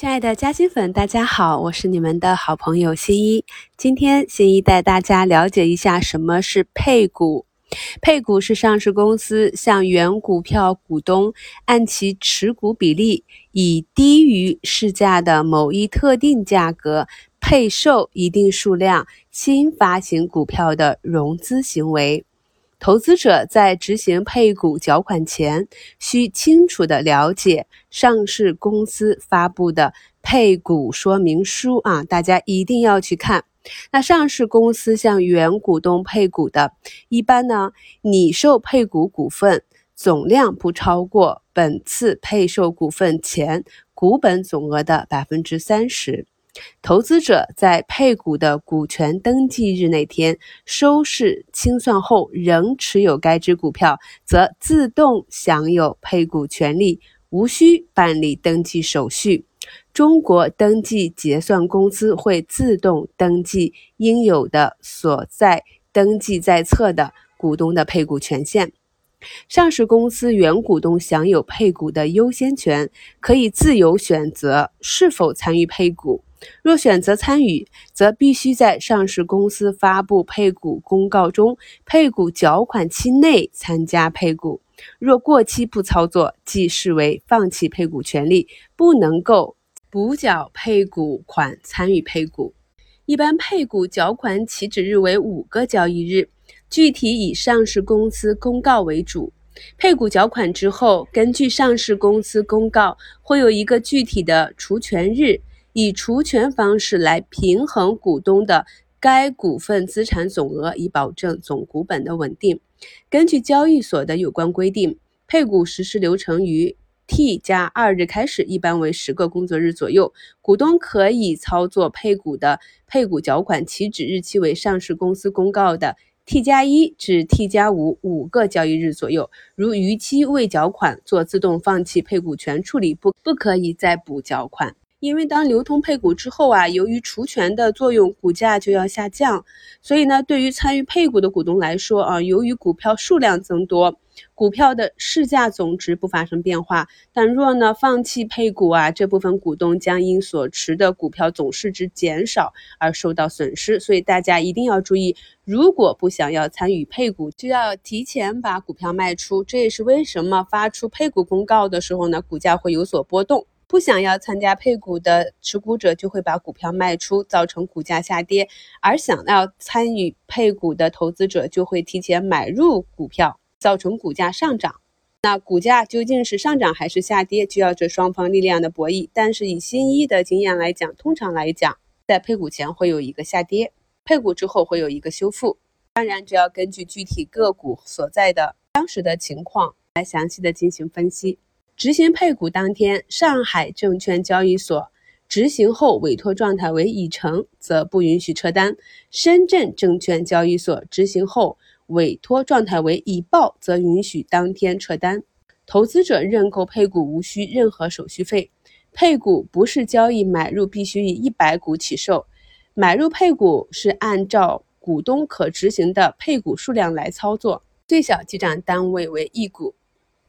亲爱的嘉兴粉，大家好，我是你们的好朋友新一。今天新一带大家了解一下什么是配股。配股是上市公司向原股票股东按其持股比例，以低于市价的某一特定价格配售一定数量新发行股票的融资行为。投资者在执行配股缴款前，需清楚地了解上市公司发布的配股说明书大家一定要去看。那上市公司向原股东配股的，一般呢，拟售配股股份总量不超过本次配售股份前股本总额的 30%。投资者在配股的股权登记日那天收市清算后仍持有该只股票，则自动享有配股权利，无需办理登记手续。中国登记结算公司会自动登记应有的所在登记在册的股东的配股权限。上市公司原股东享有配股的优先权，可以自由选择是否参与配股。若选择参与，则必须在上市公司发布配股公告中配股缴款期内参加配股。若过期不操作，即视为放弃配股权利，不能够补缴配股款参与配股。一般配股缴款起止日为5个交易日，具体以上市公司公告为主。配股缴款之后，根据上市公司公告，会有一个具体的除权日，以除权方式来平衡股东的该股份资产总额，以保证总股本的稳定。根据交易所的有关规定，配股实施流程于 T+2 日开始，一般为10个工作日左右。股东可以操作配股的配股缴款起止日期为上市公司公告的 T+1 至 T+5 5个交易日左右。如逾期未缴款，做自动放弃配股权处理，不可以再补缴款。因为当流通配股之后由于除权的作用，股价就要下降，所以呢，对于参与配股的股东来说由于股票数量增多，股票的市价总值不发生变化，但若呢放弃配股这部分股东将因所持的股票总市值减少而受到损失。所以大家一定要注意，如果不想要参与配股，就要提前把股票卖出。这也是为什么发出配股公告的时候呢，股价会有所波动。不想要参加配股的持股者就会把股票卖出，造成股价下跌，而想要参与配股的投资者就会提前买入股票，造成股价上涨。那股价究竟是上涨还是下跌，就要这双方力量的博弈。但是以新一的经验来讲，通常来讲，在配股前会有一个下跌，配股之后会有一个修复。当然，只要根据具体个股所在的当时的情况来详细的进行分析。执行配股当天，上海证券交易所执行后委托状态为已成，则不允许撤单；深圳证券交易所执行后委托状态为已报，则允许当天撤单。投资者认购配股无需任何手续费。配股不是交易买入必须以100股起售，买入配股是按照股东可执行的配股数量来操作，最小记账单位为1股。